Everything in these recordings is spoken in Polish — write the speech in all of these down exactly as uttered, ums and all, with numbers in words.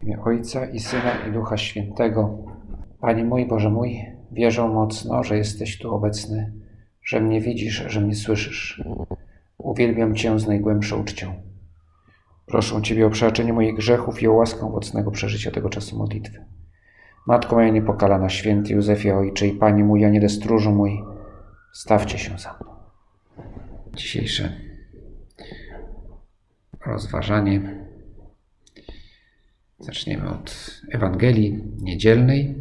W imię Ojca i Syna i Ducha Świętego. Panie mój, Boże mój, wierzę mocno, że jesteś tu obecny, że mnie widzisz, że mnie słyszysz. Uwielbiam Cię z najgłębszą uczcią. Proszę Ciebie o przebaczenie moich grzechów i o łaskę owocnego przeżycia tego czasu modlitwy. Matko moja niepokalana, święty Józefie, Ojcze i Panie mój, Aniele stróżu mój, stawcie się za mną. Dzisiejsze rozważanie zaczniemy od Ewangelii niedzielnej.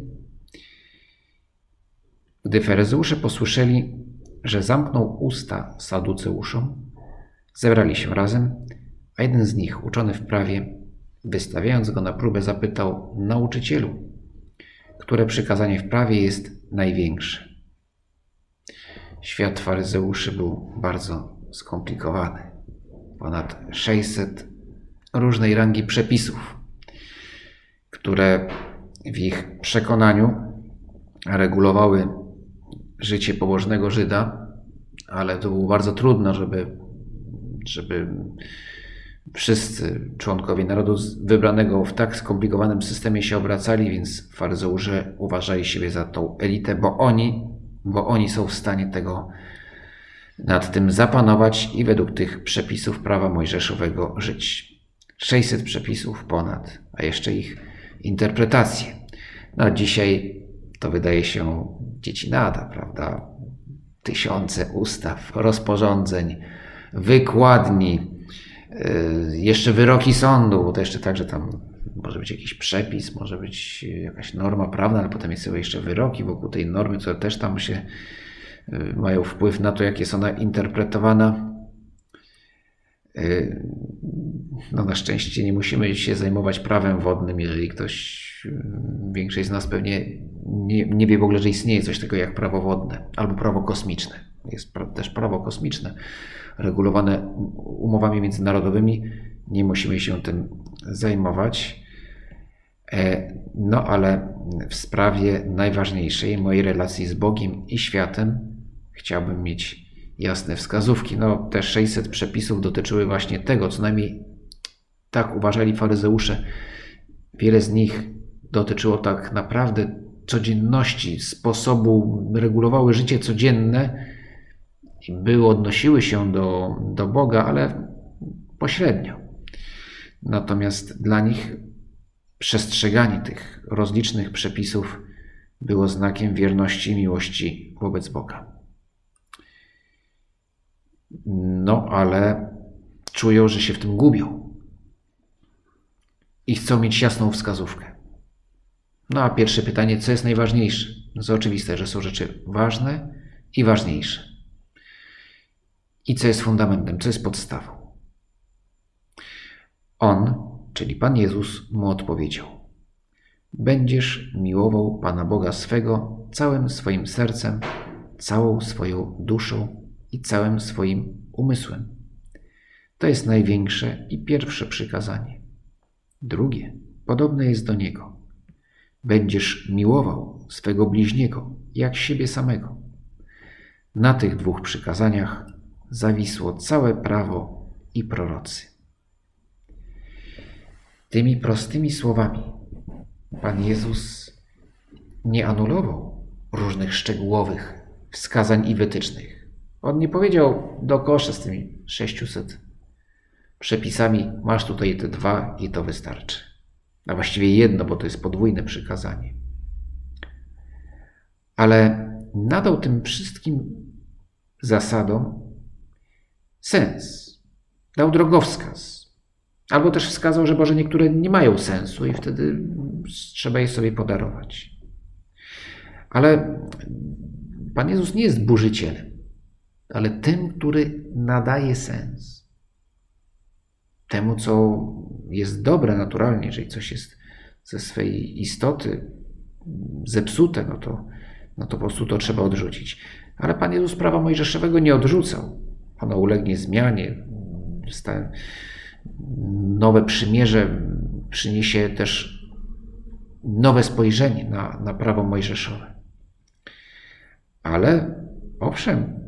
Gdy faryzeusze posłyszeli, że zamknął usta saduceuszom, zebrali się razem, a jeden z nich, uczony w prawie, wystawiając go na próbę, zapytał: Nauczycielu, które przykazanie w prawie jest największe? Świat faryzeuszy był bardzo skomplikowany. Ponad sześćset różnej rangi przepisów, które w ich przekonaniu regulowały życie pobożnego Żyda, ale to było bardzo trudno, żeby, żeby wszyscy członkowie narodu wybranego w tak skomplikowanym systemie się obracali, więc faryzeusze uważali siebie za tą elitę, bo oni, bo oni są w stanie tego nad tym zapanować i według tych przepisów prawa mojżeszowego żyć. sześćset przepisów ponad, a jeszcze ich interpretacje. No dzisiaj to wydaje się dziecinada, prawda? Tysiące ustaw, rozporządzeń, wykładni, yy, jeszcze wyroki sądu, bo to jeszcze tak, że tam może być jakiś przepis, może być jakaś norma prawna, ale potem są jeszcze wyroki wokół tej normy, które też tam się yy, mają wpływ na to, jak jest ona interpretowana. Yy, no na szczęście nie musimy się zajmować prawem wodnym, jeżeli ktoś, większość z nas pewnie nie, nie wie w ogóle, że istnieje coś takiego jak prawo wodne albo prawo kosmiczne. Jest pra, też prawo kosmiczne regulowane umowami międzynarodowymi. Nie musimy się tym zajmować. No ale w sprawie najważniejszej, mojej relacji z Bogiem i światem, chciałbym mieć jasne wskazówki. No te sześćset przepisów dotyczyły właśnie tego, co najmniej tak uważali faryzeusze. Wiele z nich dotyczyło tak naprawdę codzienności, sposobu, regulowały życie codzienne i były, odnosiły się do, do Boga, ale pośrednio. Natomiast dla nich przestrzeganie tych rozlicznych przepisów było znakiem wierności i miłości wobec Boga. No ale czują, że się w tym gubią i chcą mieć jasną wskazówkę. No a pierwsze pytanie, co jest najważniejsze? No to oczywiste, że są rzeczy ważne i ważniejsze. I co jest fundamentem, co jest podstawą? On, czyli Pan Jezus, mu odpowiedział: będziesz miłował Pana Boga swego całym swoim sercem, całą swoją duszą i całym swoim umysłem. To jest największe i pierwsze przykazanie. Drugie, podobne jest do niego. Będziesz miłował swego bliźniego jak siebie samego. Na tych dwóch przykazaniach zawisło całe prawo i prorocy. Tymi prostymi słowami Pan Jezus nie anulował różnych szczegółowych wskazań i wytycznych. On nie powiedział do kosza z tymi sześciuset przepisami: masz tutaj te dwa i to wystarczy. A właściwie jedno, bo to jest podwójne przykazanie. Ale nadał tym wszystkim zasadom sens. Dał drogowskaz. Albo też wskazał, że może niektóre nie mają sensu i wtedy trzeba je sobie podarować. Ale Pan Jezus nie jest burzycielem, ale tym, który nadaje sens. Temu, co jest dobre naturalnie, jeżeli coś jest ze swej istoty zepsute, no to, no to po prostu to trzeba odrzucić. Ale Pan Jezus prawa mojżeszowego nie odrzucał. Ono ulegnie zmianie. Nowe przymierze przyniesie też nowe spojrzenie na, na prawo mojżeszowe. Ale owszem,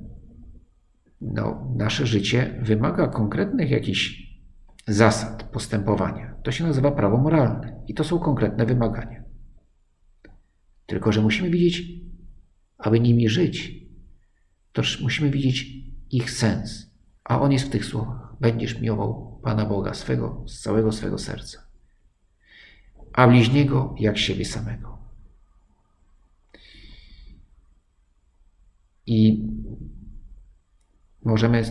no, nasze życie wymaga konkretnych jakichś zasad postępowania. To się nazywa prawo moralne i to są konkretne wymagania. Tylko że musimy widzieć, aby nimi żyć, to musimy widzieć ich sens. A on jest w tych słowach. Będziesz miłował Pana Boga swego z całego swego serca, a bliźniego jak siebie samego. I możemy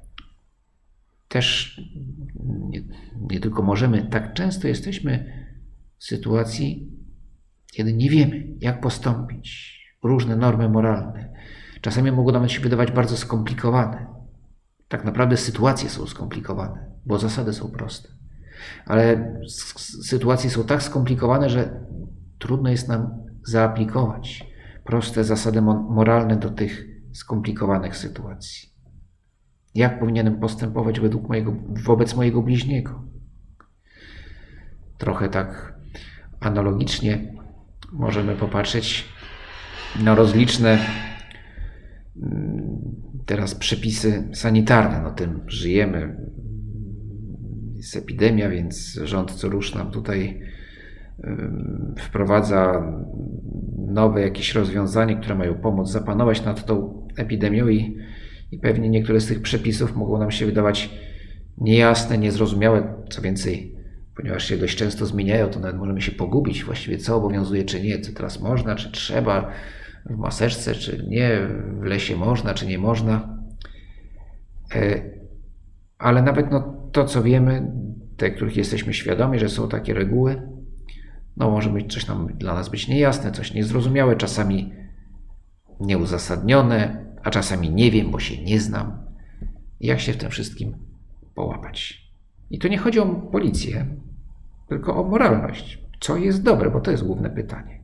też, nie, nie tylko możemy, tak często jesteśmy w sytuacji, kiedy nie wiemy, jak postąpić. Różne normy moralne. Czasami mogą nam się wydawać bardzo skomplikowane. Tak naprawdę sytuacje są skomplikowane, bo zasady są proste. Ale sytuacje są tak skomplikowane, że trudno jest nam zaaplikować proste zasady moralne do tych skomplikowanych sytuacji. Jak powinienem postępować według mojego, wobec mojego bliźniego? Trochę tak analogicznie możemy popatrzeć na rozliczne teraz przepisy sanitarne. No tym żyjemy. Jest epidemia, więc rząd co rusz nam tutaj wprowadza nowe jakieś rozwiązania, które mają pomóc zapanować nad tą epidemią i, i pewnie niektóre z tych przepisów mogą nam się wydawać niejasne, niezrozumiałe. Co więcej, ponieważ się dość często zmieniają, to nawet możemy się pogubić właściwie, co obowiązuje, czy nie, co teraz można, czy trzeba w maseczce, czy nie, w lesie można, czy nie można. Ale nawet no, to, co wiemy, te, których jesteśmy świadomi, że są takie reguły, no może być coś nam dla nas być niejasne, coś niezrozumiałe, czasami nieuzasadnione, a czasami nie wiem, bo się nie znam. Jak się w tym wszystkim połapać? I to nie chodzi o policję, tylko o moralność. Co jest dobre, bo to jest główne pytanie.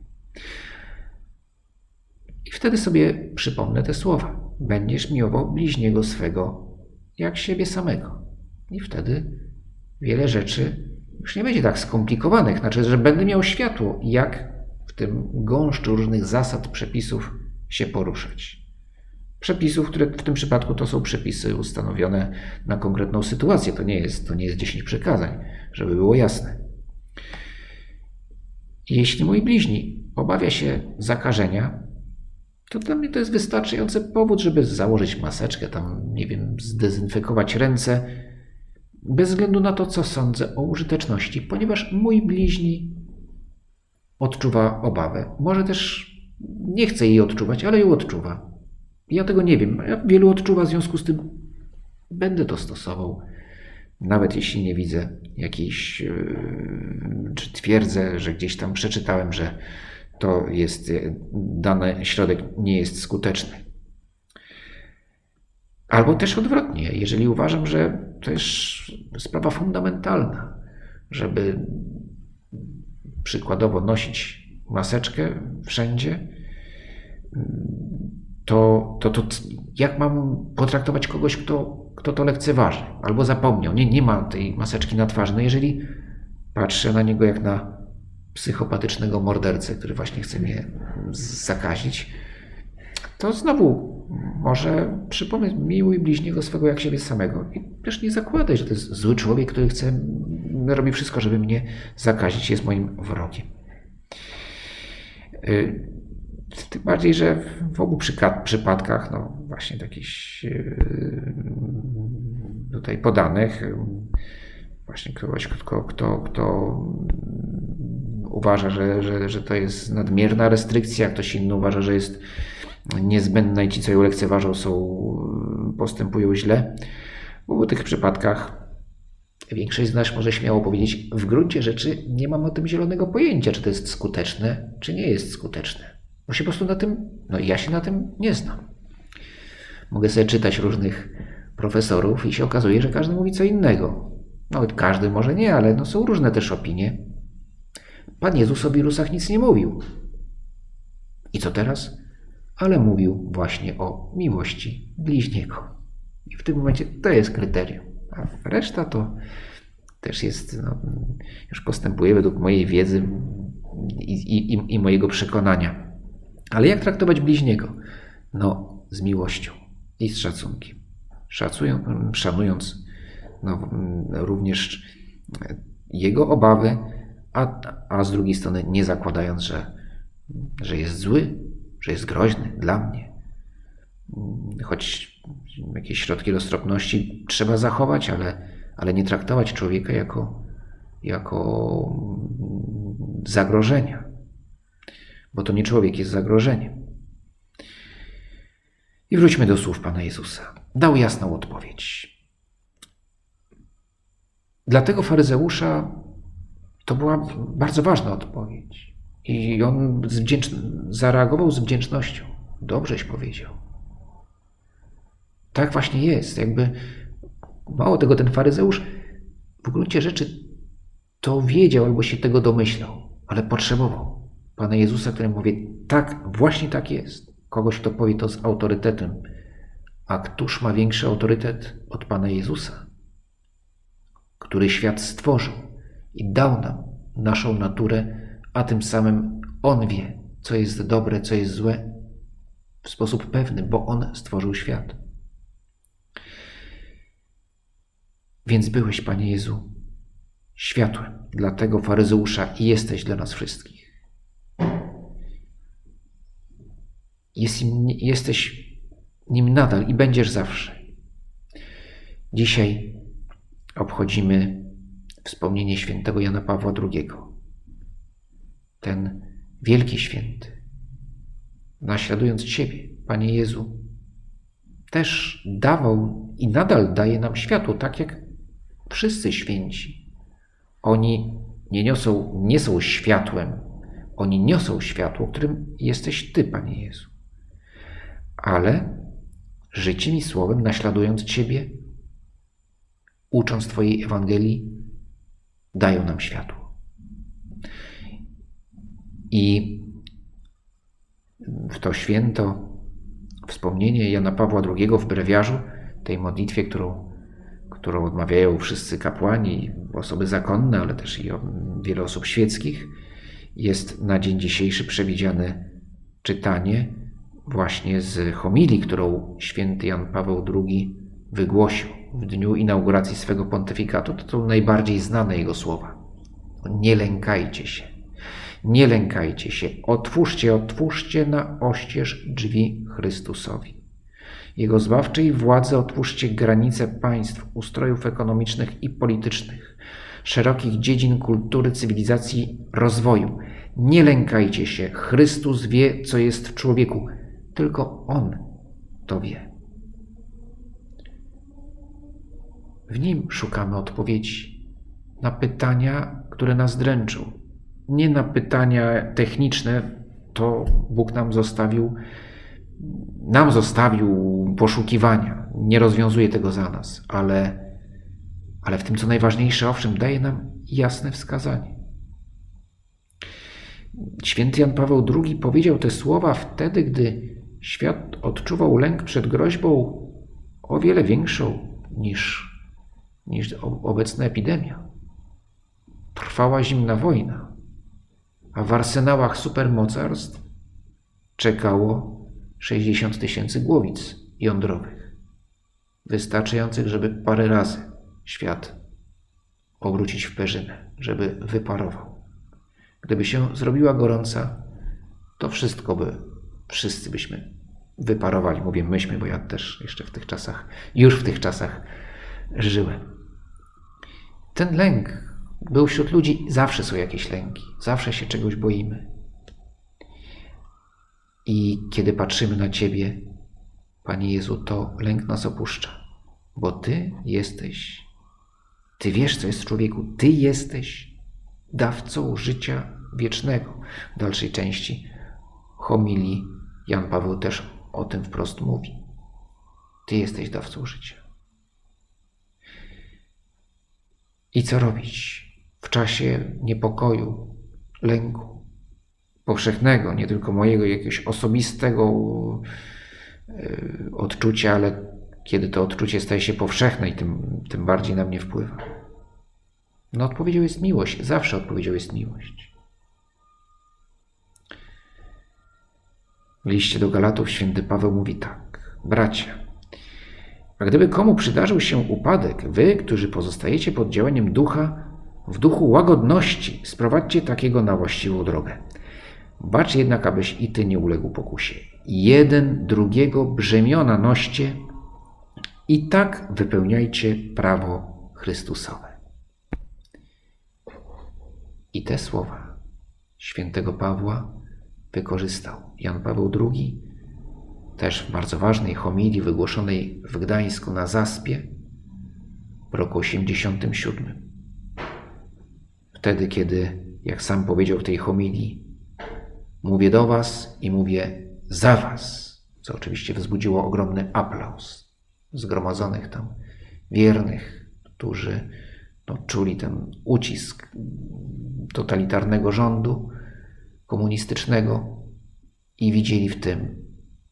I wtedy sobie przypomnę te słowa. Będziesz miłował bliźniego swego jak siebie samego. I wtedy wiele rzeczy już nie będzie tak skomplikowanych. Znaczy, że będę miał światło, jak w tym gąszczu różnych zasad, przepisów się poruszać. Przepisów, które w tym przypadku to są przepisy ustanowione na konkretną sytuację. To nie jest, to nie jest dziesięć przykazań, żeby było jasne. Jeśli mój bliźni obawia się zakażenia, to dla mnie to jest wystarczający powód, żeby założyć maseczkę, tam, nie wiem, zdezynfekować ręce, bez względu na to, co sądzę o użyteczności, ponieważ mój bliźni odczuwa obawę. Może też nie chce jej odczuwać, ale ją odczuwa. Ja tego nie wiem. Ja wielu odczuwa, w związku z tym będę to stosował. Nawet jeśli nie widzę jakiejś, czy twierdzę, że gdzieś tam przeczytałem, że to jest, dany środek nie jest skuteczny. Albo też odwrotnie, jeżeli uważam, że to jest sprawa fundamentalna, żeby przykładowo nosić maseczkę wszędzie, to, to, to jak mam potraktować kogoś, kto, kto to lekceważy albo zapomniał, nie, nie ma tej maseczki na twarzy. No jeżeli patrzę na niego jak na psychopatycznego mordercę, który właśnie chce mnie zakazić, to znowu może przypomnieć miłuj bliźniego swego jak siebie samego. I też nie zakładaj, że to jest zły człowiek, który chce, robi wszystko, żeby mnie zakazić, jest moim wrogiem. Tym bardziej, że w obu przypadkach, no właśnie jakichś tutaj podanych, właśnie kogoś, kto, kto, kto uważa, że, że, że to jest nadmierna restrykcja, ktoś inny uważa, że jest niezbędna i ci, co ją lekceważą, są, postępują źle. W obu tych przypadkach większość z nas może śmiało powiedzieć, w gruncie rzeczy nie mam o tym zielonego pojęcia, czy to jest skuteczne, czy nie jest skuteczne. Bo się po prostu na tym, no ja się na tym nie znam. Mogę sobie czytać różnych profesorów i się okazuje, że każdy mówi co innego. Nawet każdy może nie, ale no są różne też opinie. Pan Jezus o wirusach nic nie mówił. I co teraz? Ale mówił właśnie o miłości bliźniego. I w tym momencie to jest kryterium. A reszta to też jest, no, już postępuje według mojej wiedzy i, i, i mojego przekonania. Ale jak traktować bliźniego? No, z miłością i z szacunkiem. Szacują, szanując no, również jego obawy, a, a z drugiej strony nie zakładając, że, że jest zły, że jest groźny dla mnie. Choć jakieś środki roztropności trzeba zachować, ale, ale nie traktować człowieka jako, jako zagrożenia, bo to nie człowiek jest zagrożeniem. I wróćmy do słów Pana Jezusa. Dał jasną odpowiedź. Dla tego faryzeusza to była bardzo ważna odpowiedź. I on z wdzięczn- zareagował z wdzięcznością. Dobrześ powiedział. Tak właśnie jest. Jakby mało tego, ten faryzeusz w gruncie rzeczy to wiedział albo się tego domyślał, ale potrzebował Pana Jezusa, który mówi, tak, właśnie tak jest. Kogoś, kto powie to z autorytetem. A któż ma większy autorytet od Pana Jezusa, który świat stworzył i dał nam naszą naturę, a tym samym On wie, co jest dobre, co jest złe, w sposób pewny, bo On stworzył świat. Więc byłeś, Panie Jezu, światłem dla tego faryzeusza i jesteś dla nas wszystkich. Jest im, jesteś nim nadal i będziesz zawsze. Dzisiaj obchodzimy wspomnienie świętego Jana Pawła drugiego. Ten wielki święty, naśladując Ciebie, Panie Jezu, też dawał i nadal daje nam światło, tak jak wszyscy święci. Oni nie niosą, nie są światłem, oni niosą światło, którym jesteś Ty, Panie Jezu. Ale życiem i słowem, naśladując Ciebie, ucząc Twojej Ewangelii, dają nam światło. I w to święto, wspomnienie Jana Pawła drugiego w brewiarzu, tej modlitwie, którą, którą odmawiają wszyscy kapłani, osoby zakonne, ale też i wiele osób świeckich, jest na dzień dzisiejszy przewidziane czytanie właśnie z homilii, którą święty Jan Paweł drugi wygłosił w dniu inauguracji swego pontyfikatu. To są najbardziej znane jego słowa. Nie lękajcie się, nie lękajcie się, otwórzcie, otwórzcie na oścież drzwi Chrystusowi. Jego zbawczej władzy otwórzcie granice państw, ustrojów ekonomicznych i politycznych, szerokich dziedzin kultury, cywilizacji, rozwoju. Nie lękajcie się, Chrystus wie, co jest w człowieku. Tylko On to wie. W Nim szukamy odpowiedzi na pytania, które nas dręczą. Nie na pytania techniczne, to Bóg nam zostawił, nam zostawił poszukiwania. Nie rozwiązuje tego za nas, ale, ale w tym, co najważniejsze, owszem, daje nam jasne wskazanie. Święty Jan Paweł drugi powiedział te słowa wtedy, gdy świat odczuwał lęk przed groźbą o wiele większą niż, niż obecna epidemia. Trwała zimna wojna, a w arsenałach supermocarstw czekało sześćdziesiąt tysięcy głowic jądrowych, wystarczających, żeby parę razy świat obrócić w perzynę, żeby wyparował. Gdyby się zrobiła gorąca, to wszystko by, wszyscy byśmy wyparowali. Mówię myśmy, bo ja też jeszcze w tych czasach, już w tych czasach żyłem. Ten lęk był wśród ludzi, zawsze są jakieś lęki, zawsze się czegoś boimy. I kiedy patrzymy na Ciebie, Panie Jezu, to lęk nas opuszcza, bo Ty jesteś, Ty wiesz, co jest w człowieku, Ty jesteś dawcą życia wiecznego. W dalszej części homilii Jan Paweł też o tym wprost mówi. Ty jesteś dawcą życia. I co robić w czasie niepokoju, lęku powszechnego, nie tylko mojego jakiegoś osobistego odczucia, ale kiedy to odczucie staje się powszechne i tym, tym bardziej na mnie wpływa? No odpowiedzią jest miłość. Zawsze odpowiedzią jest miłość. W liście do Galatów święty Paweł mówi tak. Bracia, a gdyby komu przydarzył się upadek, wy, którzy pozostajecie pod działaniem ducha, w duchu łagodności sprowadźcie takiego na właściwą drogę. Bacz jednak, abyś i ty nie uległ pokusie. Jeden drugiego brzemiona noście i tak wypełniajcie prawo Chrystusowe. I te słowa świętego Pawła wykorzystał Jan Paweł drugi, też w bardzo ważnej homilii wygłoszonej w Gdańsku na Zaspie w roku osiemdziesiątym siódmym. Wtedy, kiedy, jak sam powiedział w tej homilii, mówię do was i mówię za was, co oczywiście wzbudziło ogromny aplauz zgromadzonych tam wiernych, którzy no, czuli ten ucisk totalitarnego rządu komunistycznego i widzieli w tym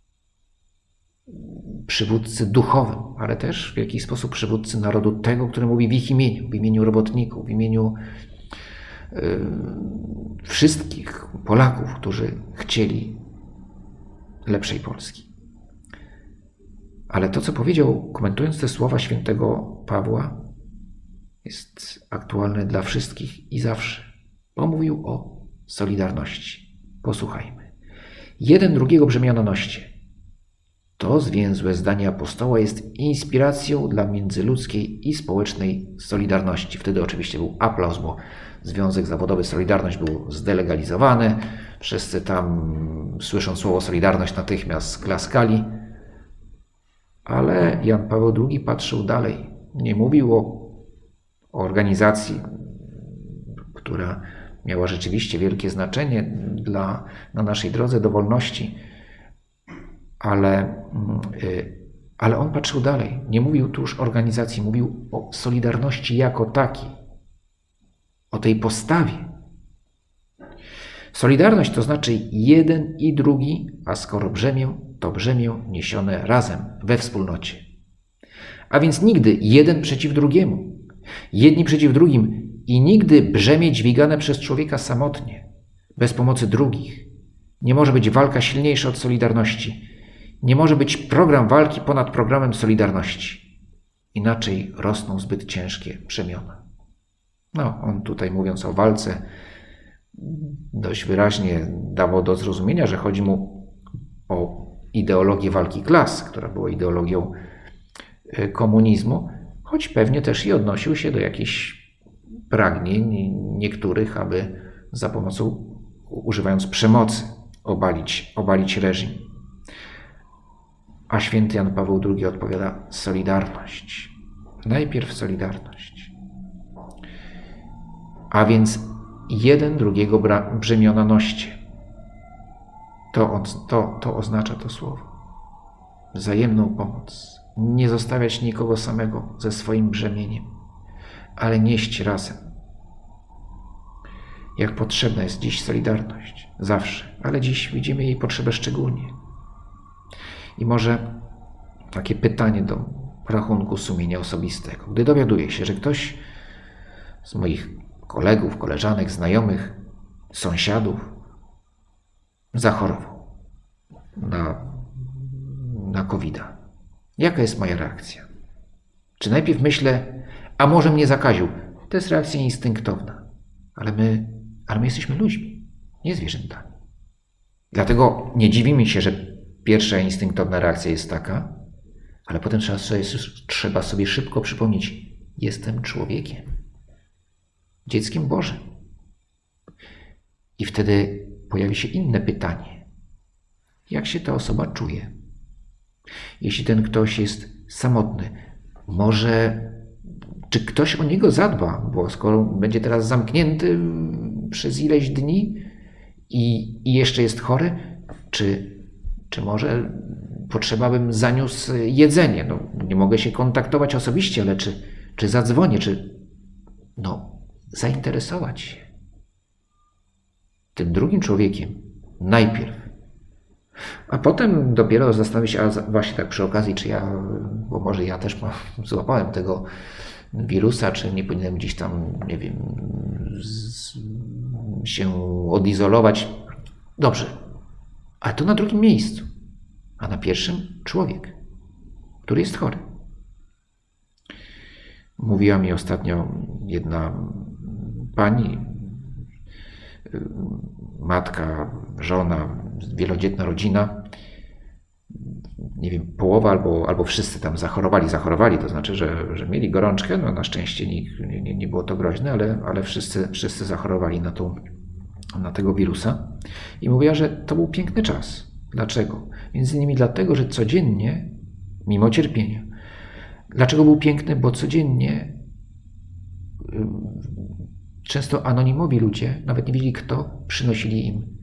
przywódcy duchowym, ale też w jakiś sposób przywódcy narodu tego, który mówi w ich imieniu, w imieniu robotników, w imieniu yy, wszystkich Polaków, którzy chcieli lepszej Polski. Ale to, co powiedział, komentując te słowa świętego Pawła, jest aktualne dla wszystkich i zawsze, bo mówił o solidarności. Posłuchajmy. Jeden drugiego brzemiona noście. To zwięzłe zdanie apostoła jest inspiracją dla międzyludzkiej i społecznej solidarności. Wtedy oczywiście był aplauz, bo Związek Zawodowy Solidarność był zdelegalizowany. Wszyscy tam, słysząc słowo Solidarność, natychmiast klaskali. Ale Jan Paweł drugi patrzył dalej. Nie mówił o, o organizacji, która miała rzeczywiście wielkie znaczenie dla, na naszej drodze do wolności, ale, ale on patrzył dalej. Nie mówił tu już o organizacji, mówił o solidarności jako takiej, o tej postawie. Solidarność to znaczy jeden i drugi, a skoro brzemię, to brzemię niesione razem, we wspólnocie. A więc nigdy jeden przeciw drugiemu, jedni przeciw drugim i nigdy brzemię dźwigane przez człowieka samotnie, bez pomocy drugich. Nie może być walka silniejsza od solidarności. Nie może być program walki ponad programem solidarności. Inaczej rosną zbyt ciężkie brzemiona. No, on tutaj, mówiąc o walce, dość wyraźnie dawał do zrozumienia, że chodzi mu o ideologię walki klas, która była ideologią komunizmu, choć pewnie też i odnosił się do jakichś pragnień niektórych, aby za pomocą, używając przemocy, obalić, obalić reżim. A święty Jan Paweł drugi odpowiada: solidarność. Najpierw solidarność. A więc jeden drugiego brzemiona noście. To, to, to oznacza to słowo. Wzajemną pomoc. Nie zostawiać nikogo samego ze swoim brzemieniem, ale nieść razem. Jak potrzebna jest dziś solidarność. Zawsze. Ale dziś widzimy jej potrzebę szczególnie. I może takie pytanie do rachunku sumienia osobistego. Gdy dowiaduję się, że ktoś z moich kolegów, koleżanek, znajomych, sąsiadów zachorował na, na kowida. Jaka jest moja reakcja? Czy najpierw myślę, a może mnie zakaził? To jest reakcja instynktowna. Ale my, ale my jesteśmy ludźmi, nie zwierzętami. Dlatego nie dziwimy się, że pierwsza instynktowna reakcja jest taka, ale potem trzeba sobie, trzeba sobie szybko przypomnieć: jestem człowiekiem, dzieckiem Bożym. I wtedy pojawi się inne pytanie. Jak się ta osoba czuje? Jeśli ten ktoś jest samotny, może czy ktoś o niego zadba? Bo skoro będzie teraz zamknięty przez ileś dni i, i jeszcze jest chory, czy, czy może potrzeba bym zaniósł jedzenie? No, nie mogę się kontaktować osobiście, ale czy, czy zadzwonię, czy no, zainteresować się tym drugim człowiekiem najpierw, a potem dopiero zastanowić się, a właśnie tak przy okazji, czy ja, bo może ja też złapałem tego wirusa, czy nie powinienem gdzieś tam, nie wiem, z, się odizolować. Dobrze, ale to na drugim miejscu, a na pierwszym człowiek, który jest chory. Mówiła mi ostatnio jedna pani, matka, żona, wielodzietna rodzina, nie wiem, połowa albo, albo wszyscy tam zachorowali, zachorowali, to znaczy, że, że mieli gorączkę, no na szczęście nie, nie, nie było to groźne, ale, ale wszyscy, wszyscy zachorowali na, tą, na tego wirusa i mówiła, że to był piękny czas. Dlaczego? Między innymi dlatego, że codziennie, mimo cierpienia, dlaczego był piękny? Bo codziennie często anonimowi ludzie, nawet nie wiedzieli kto, przynosili im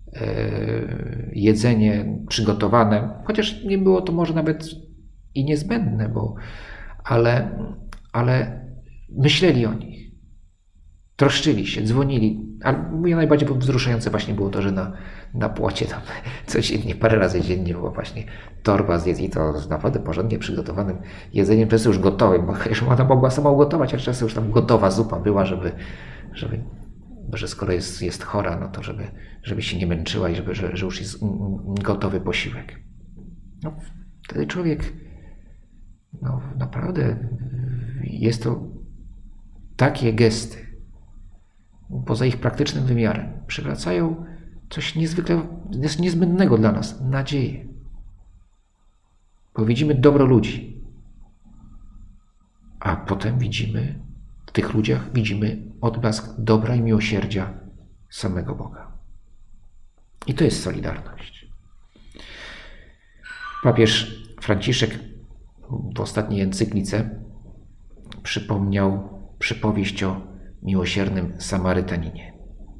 jedzenie przygotowane, chociaż nie było to może nawet i niezbędne, bo, ale, ale myśleli o nich, troszczyli się, dzwonili. Ale najbardziej wzruszające właśnie było to, że na, na płocie tam codziennie, parę razy dziennie była właśnie torba z jedzeniem, i to z naprawdę porządnie przygotowanym jedzeniem, często już gotowym, bo już ona mogła sama ugotować, a często już tam gotowa zupa była, żeby, żeby że skoro jest, jest chora, no to żeby, żeby się nie męczyła i żeby, że, że już jest gotowy posiłek. No, wtedy człowiek, no naprawdę jest to takie gesty, poza ich praktycznym wymiarem, przywracają coś niezwykle niezbędnego dla nas, nadzieję. Bo widzimy dobro ludzi, a potem widzimy, w tych ludziach widzimy odblask dobra i miłosierdzia samego Boga. I to jest solidarność. Papież Franciszek w ostatniej encyklice przypomniał przypowieść o miłosiernym Samarytaninie.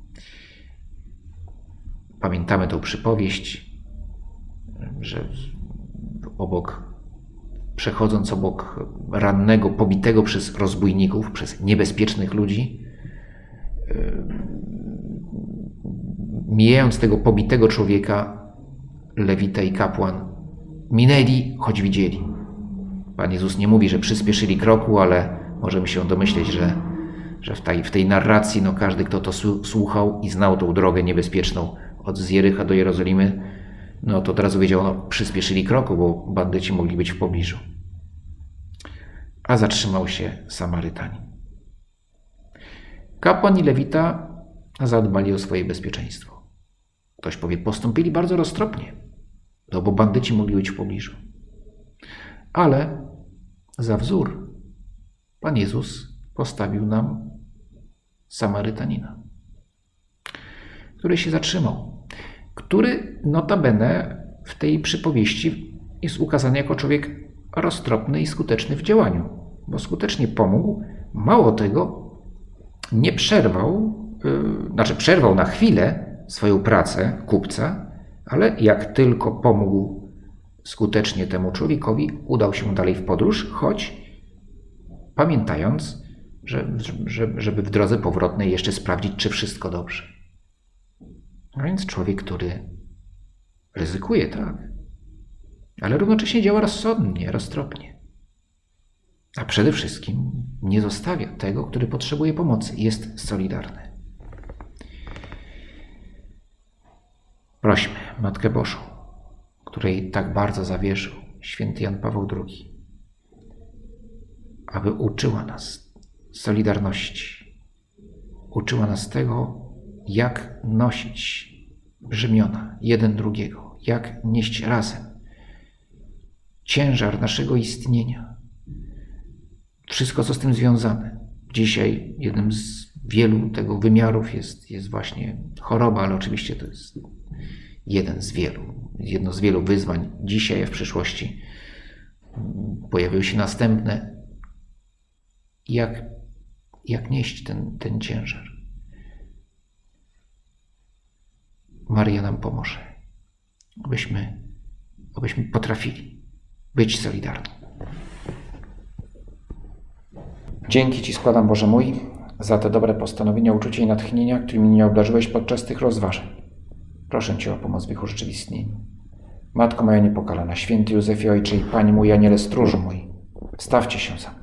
Pamiętamy tę przypowieść, że obok, przechodząc obok rannego, pobitego przez rozbójników, przez niebezpiecznych ludzi, mijając tego pobitego człowieka, lewita i kapłan minęli, choć widzieli. Pan Jezus nie mówi, że przyspieszyli kroku, ale możemy się domyśleć, że, że w, tej, w tej narracji no każdy, kto to słuchał i znał tą drogę niebezpieczną od Jericha do Jerozolimy, no to od razu wiedział, no przyspieszyli kroku, bo bandyci mogli być w pobliżu. A zatrzymał się Samarytanin. Kapłan i lewita zadbali o swoje bezpieczeństwo. Ktoś powie, postąpili bardzo roztropnie, no bo bandyci mogli być w pobliżu. Ale za wzór Pan Jezus postawił nam Samarytanina, który się zatrzymał, który notabene w tej przypowieści jest ukazany jako człowiek roztropny i skuteczny w działaniu, bo skutecznie pomógł. Mało tego, nie przerwał, yy, znaczy przerwał na chwilę swoją pracę kupca, ale jak tylko pomógł skutecznie temu człowiekowi, udał się dalej w podróż, choć pamiętając, że, że, żeby w drodze powrotnej jeszcze sprawdzić, czy wszystko dobrze. A więc człowiek, który ryzykuje, tak, ale równocześnie działa rozsądnie, roztropnie. A przede wszystkim nie zostawia tego, który potrzebuje pomocy. Jest solidarny. Prośmy Matkę Bożą, której tak bardzo zawierzył święty Jan Paweł drugi, aby uczyła nas solidarności. Uczyła nas tego, jak nosić brzemiona jeden drugiego, jak nieść razem ciężar naszego istnienia. Wszystko, co z tym związane. Dzisiaj jednym z wielu tego wymiarów jest, jest właśnie choroba, ale oczywiście to jest jeden z wielu, jedno z wielu wyzwań. Dzisiaj, a w przyszłości pojawiły się następne. Jak, jak nieść ten, ten ciężar? Maryja nam pomoże, abyśmy, abyśmy potrafili być solidarni. Dzięki Ci składam, Boże mój, za te dobre postanowienia, uczucia i natchnienia, którymi mnie obdarzyłeś podczas tych rozważań. Proszę Cię o pomoc w ich urzeczywistnieniu. Matko moja niepokalana, święty Józefie Ojcze i Panie mój, Aniele stróżu mój, stawcie się za mną.